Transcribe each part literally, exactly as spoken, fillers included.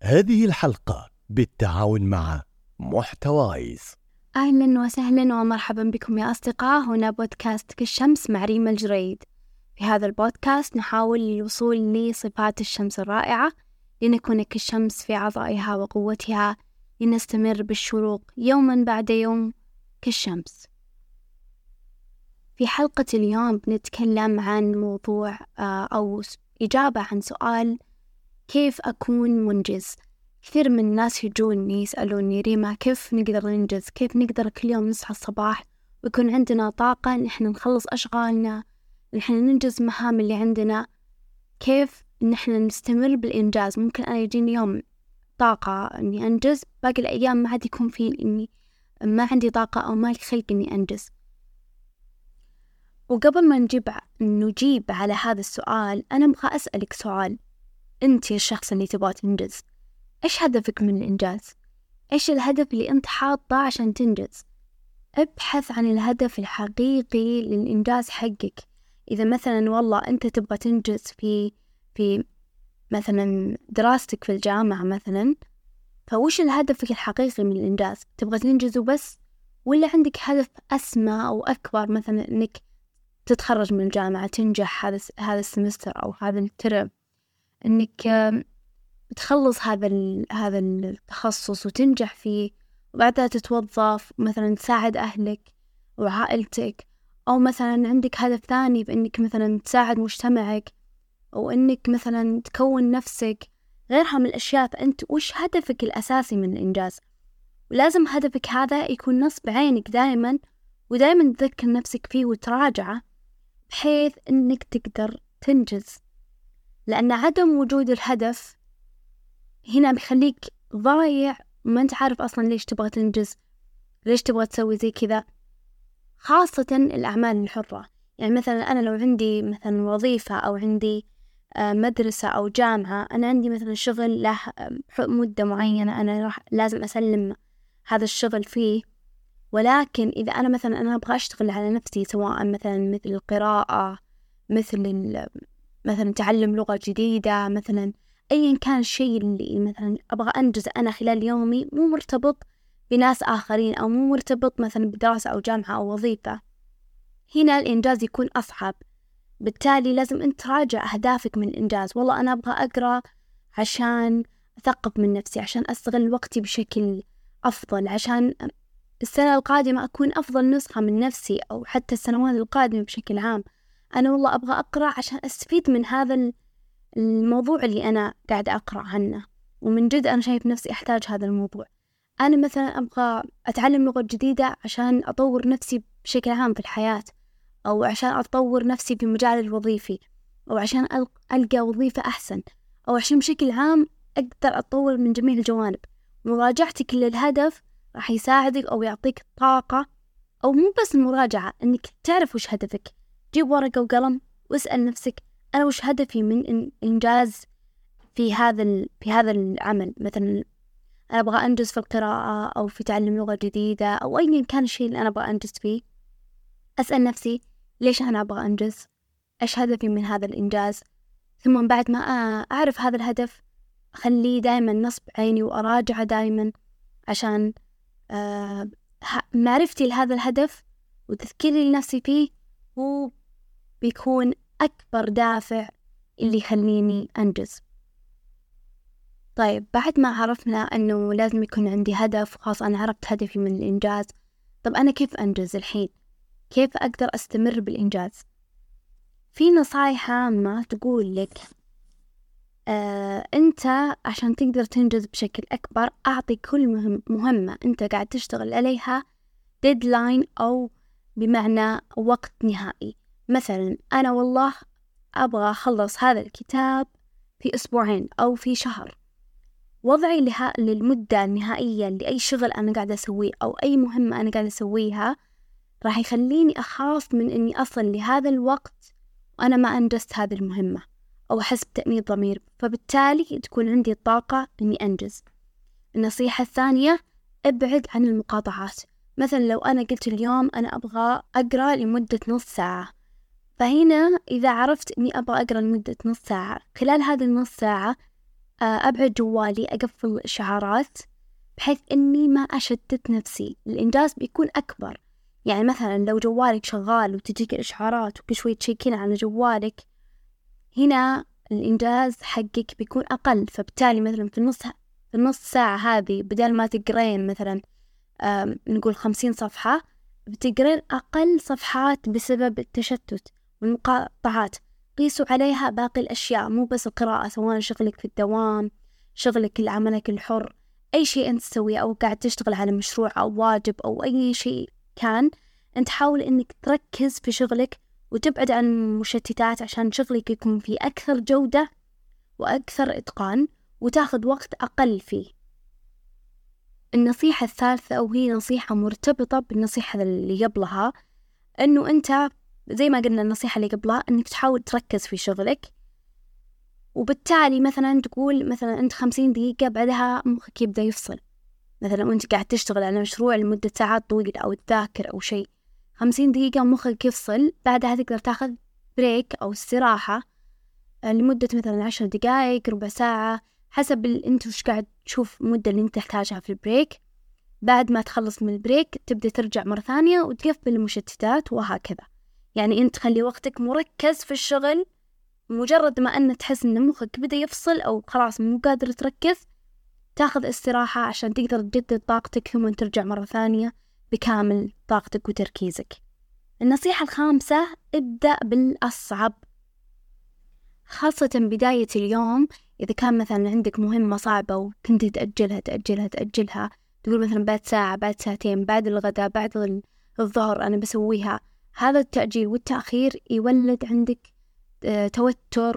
هذه الحلقة بالتعاون مع محتوايز. أهلا وسهلا ومرحبا بكم يا أصدقاء. هنا بودكاست كالشمس مع ريما الجريد. في هذا البودكاست نحاول الوصول لصفات الشمس الرائعة لنكون كالشمس في عطائها وقوتها، لنستمر بالشروق يوما بعد يوم كالشمس. في حلقة اليوم بنتكلم عن موضوع أو إجابة عن سؤال: كيف أكون منجز؟ كثير من الناس يجوني يسألوني: ريما، كيف نقدر ننجز؟ كيف نقدر كل يوم نصحى الصباح ويكون عندنا طاقة إن إحنا نخلص أشغالنا، إن إحنا ننجز مهام اللي عندنا؟ كيف إن إحنا نستمر بالإنجاز؟ ممكن أنا يجيني يوم طاقة إني أنجز، باقي الأيام ما عاد يكون في إني ما عندي طاقة أو ما لي خلق إني أنجز. وقبل ما نجيب نجيب على هذا السؤال، أنا أبغى أسألك سؤال: أنت الشخص اللي تبغى تنجز، إيش هدفك من الإنجاز؟ إيش الهدف اللي أنت حاطه عشان تنجز؟ ابحث عن الهدف الحقيقي للإنجاز حقك. إذا مثلا والله أنت تبغى تنجز في في مثلا دراستك في الجامعة مثلا، فوش الهدف الحقيقي من الإنجاز؟ تبغى تنجزه بس، ولا عندك هدف أسمى أو أكبر، مثلا إنك تتخرج من الجامعة، تنجح هذا هذا السمستر أو هذا الترم، إنك تخلص هذا هذا التخصص وتنجح فيه، وبعدها تتوظف مثلا تساعد أهلك وعائلتك، أو مثلا عندك هدف ثاني بأنك مثلا تساعد مجتمعك، أو أنك مثلا تكون نفسك، غيرها من الأشياء. فأنت وش هدفك الأساسي من الإنجاز؟ ولازم هدفك هذا يكون نصب عينك دائما، ودائما تذكر نفسك فيه وتراجعه بحيث أنك تقدر تنجز. لأن عدم وجود الهدف هنا بيخليك ضايع، ما أنت عارف أصلا ليش تبغى تنجز، ليش تبغى تسوي زي كذا. خاصة الأعمال الحرة، يعني مثلا أنا لو عندي مثلا وظيفة أو عندي مدرسة أو جامعة، أنا عندي مثلا شغل له مدة معينة أنا راح لازم أسلم هذا الشغل فيه. ولكن إذا أنا مثلا أنا أبغى أشتغل على نفسي، سواء مثلا مثل القراءة، مثل مثلا تعلم لغة جديدة، مثلا أيا كان الشيء اللي مثلا أبغى أنجز أنا خلال يومي، مو مرتبط بناس آخرين أو مو مرتبط مثلا بدراسة أو جامعة أو وظيفة، هنا الإنجاز يكون أصعب. بالتالي لازم أنت تراجع أهدافك من الإنجاز. والله أنا أبغى أقرأ عشان أثقف من نفسي، عشان أستغل وقتي بشكل أفضل، عشان السنة القادمة أكون أفضل نسخة من نفسي، أو حتى السنوات القادمة بشكل عام. أنا والله أبغى أقرأ عشان أستفيد من هذا الموضوع اللي أنا قاعد أقرأ عنه، ومن جد أنا شايف نفسي أحتاج هذا الموضوع. أنا مثلا أبغى أتعلم لغة جديدة عشان أطور نفسي بشكل عام في الحياة، أو عشان أطور نفسي في مجال الوظيفي، أو عشان ألقى وظيفة أحسن، أو عشان بشكل عام أقدر أطور من جميع الجوانب. مراجعتك للهدف راح يساعدك أو يعطيك طاقة، أو مو بس المراجعة، أنك تعرف وش هدفك. جيب ورقة وقلم واسأل نفسك: أنا وش هدفي من إنجاز في هذا في هذا العمل؟ مثلا أنا أبغى أنجز في القراءة أو في تعلم لغة جديدة، أو أيا كان الشيء اللي أنا أبغى أنجز فيه. أسأل نفسي: ليش أنا أبغى أنجز؟ إيش هدفي من هذا الإنجاز؟ ثم بعد ما أعرف هذا الهدف، أخليه دائما نصب عيني وأراجعه دائما، عشان آه معرفتي لهذا الهدف وتذكيري لنفسي فيه هو بيكون أكبر دافع اللي يخليني أنجز. طيب، بعد ما عرفنا أنه لازم يكون عندي هدف، خاص أنا عرفت هدفي من الإنجاز، طب أنا كيف أنجز الحين؟ كيف أقدر أستمر بالإنجاز؟ في نصائح عامة تقول لك آه أنت عشان تقدر تنجز بشكل أكبر، أعطي كل مهم مهمة أنت قاعد تشتغل عليها ديدلاين، أو بمعنى وقت نهائي. مثلا أنا والله أبغى أخلص هذا الكتاب في أسبوعين أو في شهر. وضعي لها للمدة النهائية لأي شغل أنا قاعدة أسويه أو أي مهمة أنا قاعدة أسويها راح يخليني أخاف من أني أصل لهذا الوقت وأنا ما أنجزت هذه المهمة، أو أحس بتأنيب ضمير، فبالتالي تكون عندي الطاقة أني أنجز. النصيحة الثانية: ابعد عن المقاطعات. مثلا لو أنا قلت اليوم أنا أبغى أقرأ لمدة نص ساعة، فهنا إذا عرفت أني أبغى أقرأ لمدة نص ساعة، خلال هذه النص ساعة أبعد جوالي، أقفل الإشعارات بحيث إني ما أشتت نفسي. الإنجاز بيكون أكبر. يعني مثلا لو جوالك شغال وتجيك الإشعارات وكل شوي تشيكين على جوالك، هنا الإنجاز حقك بيكون أقل. فبالتالي مثلا في النص في النص ساعة هذه بدل ما تقرين مثلا نقول خمسين صفحة، بتقرين أقل صفحات بسبب التشتت والمقاطعات. قيسوا عليها باقي الأشياء، مو بس القراءة، سواء شغلك في الدوام، شغلك العملك الحر، أي شيء أنت تسويه، أو قاعد تشتغل على مشروع أو واجب أو أي شيء كان، أنت حاول أنك تركز في شغلك وتبعد عن المشتتات عشان شغلك يكون فيه أكثر جودة وأكثر إتقان وتاخذ وقت أقل فيه. النصيحة الثالثة، وهي نصيحة مرتبطة بالنصيحة اللي قبلها، أنه أنت زي ما قلنا النصيحة اللي قبلها أنك تحاول تركز في شغلك، وبالتالي مثلا تقول مثلا أنت خمسين دقيقة بعدها مخك يبدأ يفصل. مثلا وأنت قاعد تشتغل على مشروع لمدة ساعات طويلة أو تذاكر أو شيء، خمسين دقيقة مخك يفصل، بعدها تقدر تاخذ بريك أو استراحة لمدة مثلا عشر دقائق، ربع ساعة، حسب أنت وش قاعد تشوف المدة اللي أنت تحتاجها في البريك. بعد ما تخلص من البريك تبدأ ترجع مرة ثانية وتقفل المشتتات، وهكذا. يعني أنت خلي وقتك مركز في الشغل، مجرد ما أن تحس أن مخك بدأ يفصل أو خلاص مو قادر تركز، تاخذ استراحة عشان تقدر تجدد طاقتك ثم ترجع مرة ثانية بكامل طاقتك وتركيزك. النصيحة الخامسة، ابدأ بالأصعب، خاصة بداية اليوم. إذا كان مثلا عندك مهمة صعبة وكنت تأجلها تأجلها تأجلها، تقول مثلا بعد ساعة، بعد ساعتين، بعد الغداء، بعد الظهر أنا بسويها، هذا التأجيل والتأخير يولد عندك توتر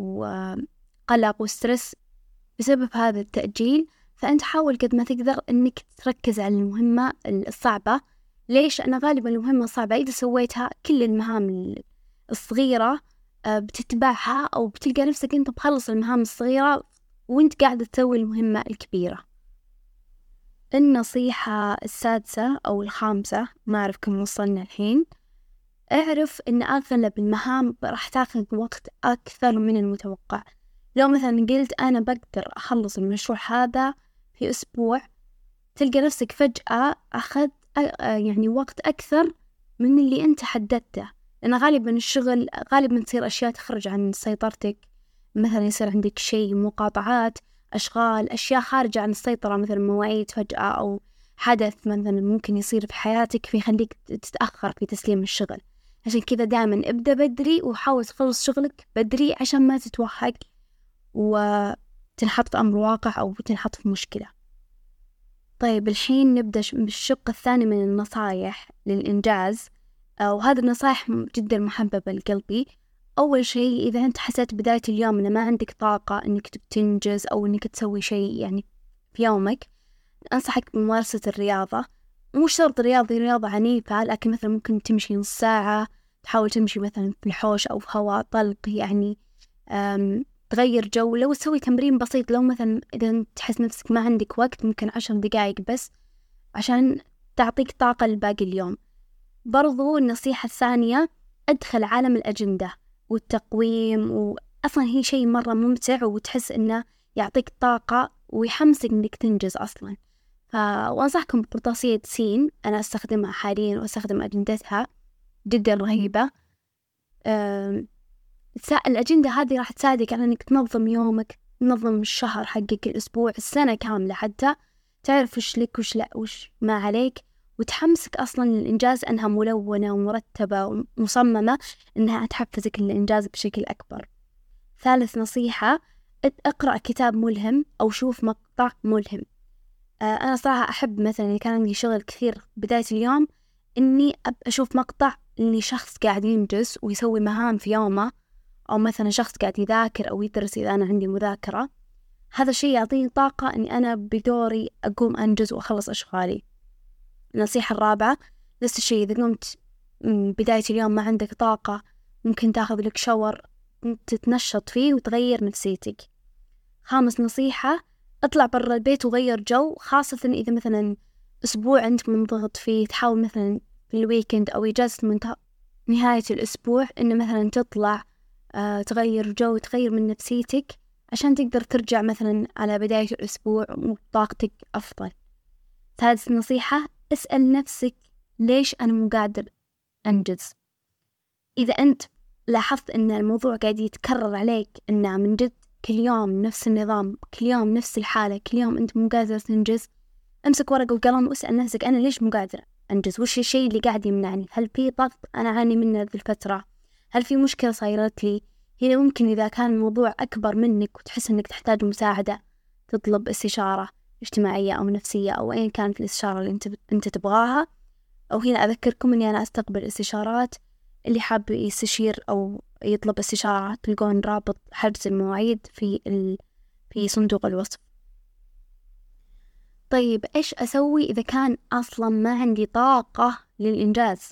وقلق وسترس بسبب هذا التأجيل. فأنت حاول قد ما تقدر أنك تركز على المهمة الصعبة. ليش؟ أنا غالبا المهمة الصعبة إذا سويتها كل المهام الصغيرة بتتبعها، أو بتلقى نفسك أنت بخلص المهام الصغيرة وأنت قاعدة تسوي المهمة الكبيرة. النصيحة السادسة أو الخامسة، ما أعرف كم وصلنا الحين، اعرف أن أغلب المهام راح تاخذ وقت أكثر من المتوقع. لو مثلا قلت أنا بقدر أخلص المشروع هذا في أسبوع، تلقى نفسك فجأة أخذ يعني وقت أكثر من اللي أنت حددته، لأن غالبا الشغل غالبا تصير أشياء تخرج عن سيطرتك. مثلا يصير عندك شيء، مقاطعات، أشغال، أشياء خارجة عن السيطرة، مثلا مواعيد فجأة أو حدث مثلا ممكن يصير في حياتك فيخليك تتأخر في تسليم الشغل. عشان كذا دائما ابدأ بدري وحاول تخلص شغلك بدري عشان ما تتوهق وتنحط في أمر واقع أو تنحط في مشكلة. طيب الحين نبدأ بالشق الثاني من النصائح للإنجاز، وهذه النصائح جدا محببة لقلبي. أول شيء، إذا أنت حسيت بداية اليوم أن ما عندك طاقة أنك تنجز أو أنك تسوي شيء يعني في يومك، أنصحك بممارسة الرياضة. مو شرط رياضة رياضة عنيفة، لكن مثلا ممكن تمشي نص ساعة، تحاول تمشي مثلا في الحوش أو في هواء طلق، يعني تغير جو. لو تسوي تمرين بسيط، لو مثلا إذا تحس نفسك ما عندك وقت، ممكن عشر دقائق بس عشان تعطيك طاقة لباقي اليوم. برضو النصيحة الثانية، أدخل عالم الأجندة والتقويم، وأصلا هي شيء مرة ممتع وتحس إنه يعطيك طاقة ويحمسك إنك تنجز أصلا. ف... وأنصحكم بقرطاسية سين، أنا أستخدمها حاليا وأستخدم أجندتها جدا رهيبة. أم... الأجندة هذه راح تساعدك على إنك تنظم يومك، تنظم الشهر حقك، الأسبوع، السنة كاملة، حتى تعرف وش لك وش لا وش ما عليك، وتحمسك أصلا للإنجاز، أنها ملونة ومرتبة ومصممة أنها تحفزك للإنجاز بشكل أكبر. ثالث نصيحة، اقرأ كتاب ملهم أو شوف مقطع ملهم. أنا صراحة أحب مثلا إذا كان عندي شغل كثير بداية اليوم إني أشوف مقطع إني شخص قاعد ينجز ويسوي مهام في يومه، أو مثلا شخص قاعد يذاكر أو يدرس إذا أنا عندي مذاكرة. هذا الشيء يعطيني طاقة إني أنا بدوري أقوم أنجز وأخلص أشغالي. النصيحة الرابعة، نفس الشيء، إذا قمت بداية اليوم ما عندك طاقة، ممكن تاخذ لك شاور تتنشط فيه وتغير نفسيتك. خامس نصيحة، اطلع برا البيت وغير جو، خاصة إذا مثلا أسبوع أنت منضغط فيه، تحاول مثلا في الويكند أو إجازة من نهاية الأسبوع إنه مثلا تطلع آه تغير جو، تغير من نفسيتك عشان تقدر ترجع مثلا على بداية الأسبوع وطاقتك أفضل. ثالث نصيحة، اسأل نفسك ليش أنا مو قادر أنجز. إذا أنت لاحظت أن الموضوع قاعد يتكرر عليك، أنه من جد كل يوم نفس النظام، كل يوم نفس الحالة، كل يوم أنت مو قادر تنجز، امسك ورقة وقلم واسأل نفسك أنا ليش مو قادر أنجز؟ وش الشيء اللي قاعد يمنعني؟ هل في ضغط أنا أعاني منه ذي الفترة؟ هل في مشكلة صايرت لي؟ هنا ممكن إذا كان الموضوع أكبر منك وتحس أنك تحتاج مساعدة، تطلب استشارة اجتماعية أو نفسية أو أين كانت الاستشارة اللي أنت أنت تبغاها. أو هنا أذكركم أني أنا أستقبل استشارات، اللي حاب يستشير أو يطلب استشارة تلقون رابط حجز المواعيد في ال... في صندوق الوصف. طيب إيش أسوي إذا كان أصلا ما عندي طاقة للإنجاز؟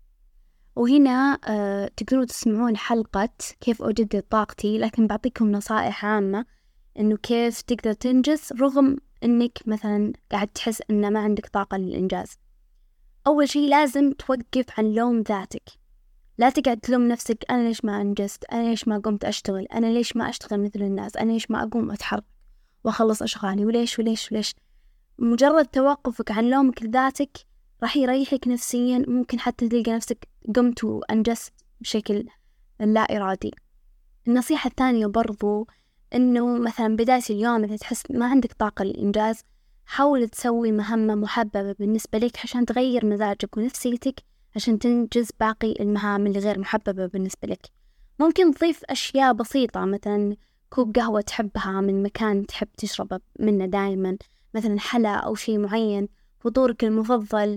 وهنا آه تقدروا تسمعون حلقة كيف أجدد طاقتي، لكن بعطيكم نصائح عامة إنه كيف تقدر تنجز رغم إنك مثلا قاعد تحس إن ما عندك طاقة للإنجاز. أول شيء لازم توقف عن لوم ذاتك. لا تقعد تلوم نفسك أنا ليش ما أنجزت، أنا ليش ما قمت أشتغل، أنا ليش ما أشتغل مثل الناس، أنا ليش ما أقوم أتحرك وأخلص أشغالي، وليش وليش وليش. مجرد توقفك عن لومك لذاتك راح يريحك نفسيا، ممكن حتى تلقى نفسك قمت وأنجزت بشكل لا إرادي. النصيحة الثانية برضو إنه مثلا بداية اليوم إذا تحس ما عندك طاقة للإنجاز، حاول تسوي مهمة محببة بالنسبة لك عشان تغير مزاجك ونفسيتك، عشان تنجز باقي المهام اللي غير محببة بالنسبة لك. ممكن تضيف أشياء بسيطة، مثلا كوب قهوة تحبها من مكان تحب تشربه منه دائما، مثلا حلا أو شيء معين، فطورك المفضل،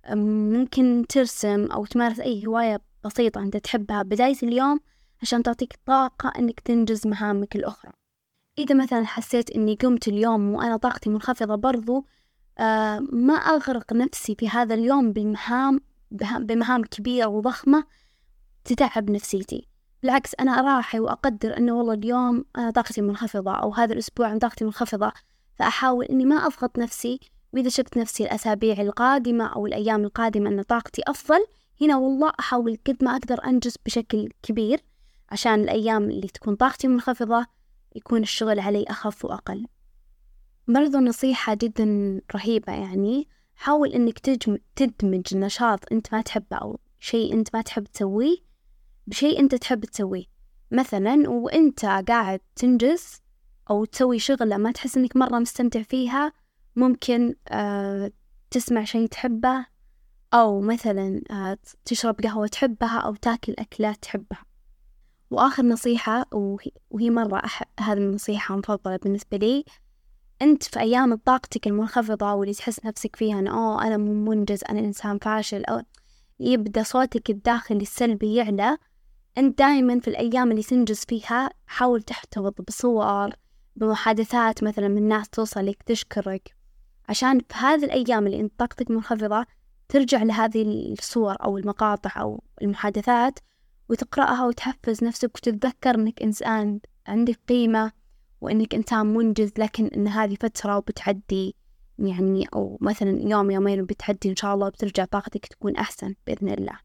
ممكن ترسم أو تمارس أي هواية بسيطة أنت تحبها بداية اليوم عشان تعطيك طاقة أنك تنجز مهامك الأخرى. إذا مثلا حسيت أني قمت اليوم وأنا طاقتي منخفضة، برضو آه ما أغرق نفسي في هذا اليوم بالمهام بمهام كبيرة وضخمة تتعب نفسيتي. بالعكس أنا أراحي وأقدر أنه والله اليوم أنا طاقتي منخفضة أو هذا الأسبوع أنا طاقتي منخفضة، فأحاول أني ما أضغط نفسي. وإذا شفت نفسي الأسابيع القادمة أو الأيام القادمة أن طاقتي أفضل، هنا والله أحاول قد ما أقدر أنجز بشكل كبير، عشان الأيام اللي تكون طاقتي منخفضة يكون الشغل علي أخف وأقل. برضو نصيحة جدا رهيبة، يعني حاول أنك تجم... تدمج نشاط أنت ما تحبه أو شيء أنت ما تحب تسويه بشيء أنت تحب تسويه. مثلا وأنت قاعد تنجز أو تسوي شغلة ما تحس أنك مرة مستمتع فيها، ممكن آه تسمع شيء تحبه، أو مثلا آه تشرب قهوة تحبها، أو تاكل أكلات تحبها. وآخر نصيحة وهي, وهي مرة أحب هذه النصيحة مفضلة بالنسبة لي، أنت في أيام طاقتك المنخفضة واللي تحس نفسك فيها أن أوه أنا مو منجز، أنا إنسان فاشل، أو يبدأ صوتك الداخلي السلبي يعلى، أنت دائما في الأيام اللي تنجز فيها حاول تحتفظ بصور، بمحادثات مثلا من ناس توصلك تشكرك، عشان في هذه الأيام اللي أنت طاقتك منخفضة ترجع لهذه الصور أو المقاطع أو المحادثات وتقرأها وتحفز نفسك وتتذكر أنك إنسان عندك قيمة وأنك إنسان منجز، لكن أن هذه فترة وبتعدي، يعني أو مثلا يوم يومين وبتعدي إن شاء الله وبترجع طاقتك تكون أحسن بإذن الله.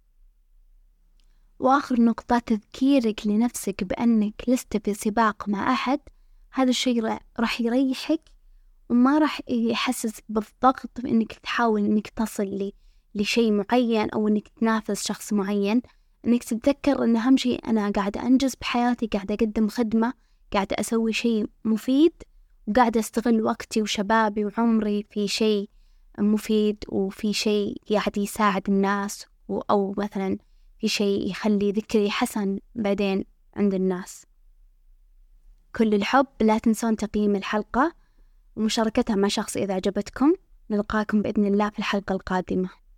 وآخر نقطة، تذكيرك لنفسك بأنك لست في سباق مع أحد. هذا الشيء راح يريحك وما راح يحسسك بالضغط بأنك تحاول أنك تصل لشيء معين أو أنك تنافس شخص معين. أنك تتذكر أن أهم شيء أنا قاعدة أنجز بحياتي، قاعدة أقدم خدمة، قاعدة أسوي شيء مفيد، وقاعدة أستغل وقتي وشبابي وعمري في شيء مفيد، وفي شيء قاعد يساعد الناس، أو مثلا في شيء يخلي ذكري حسن بعدين عند الناس. كل الحب. لا تنسون تقييم الحلقة ومشاركتها مع شخص إذا عجبتكم. نلقاكم بإذن الله في الحلقة القادمة.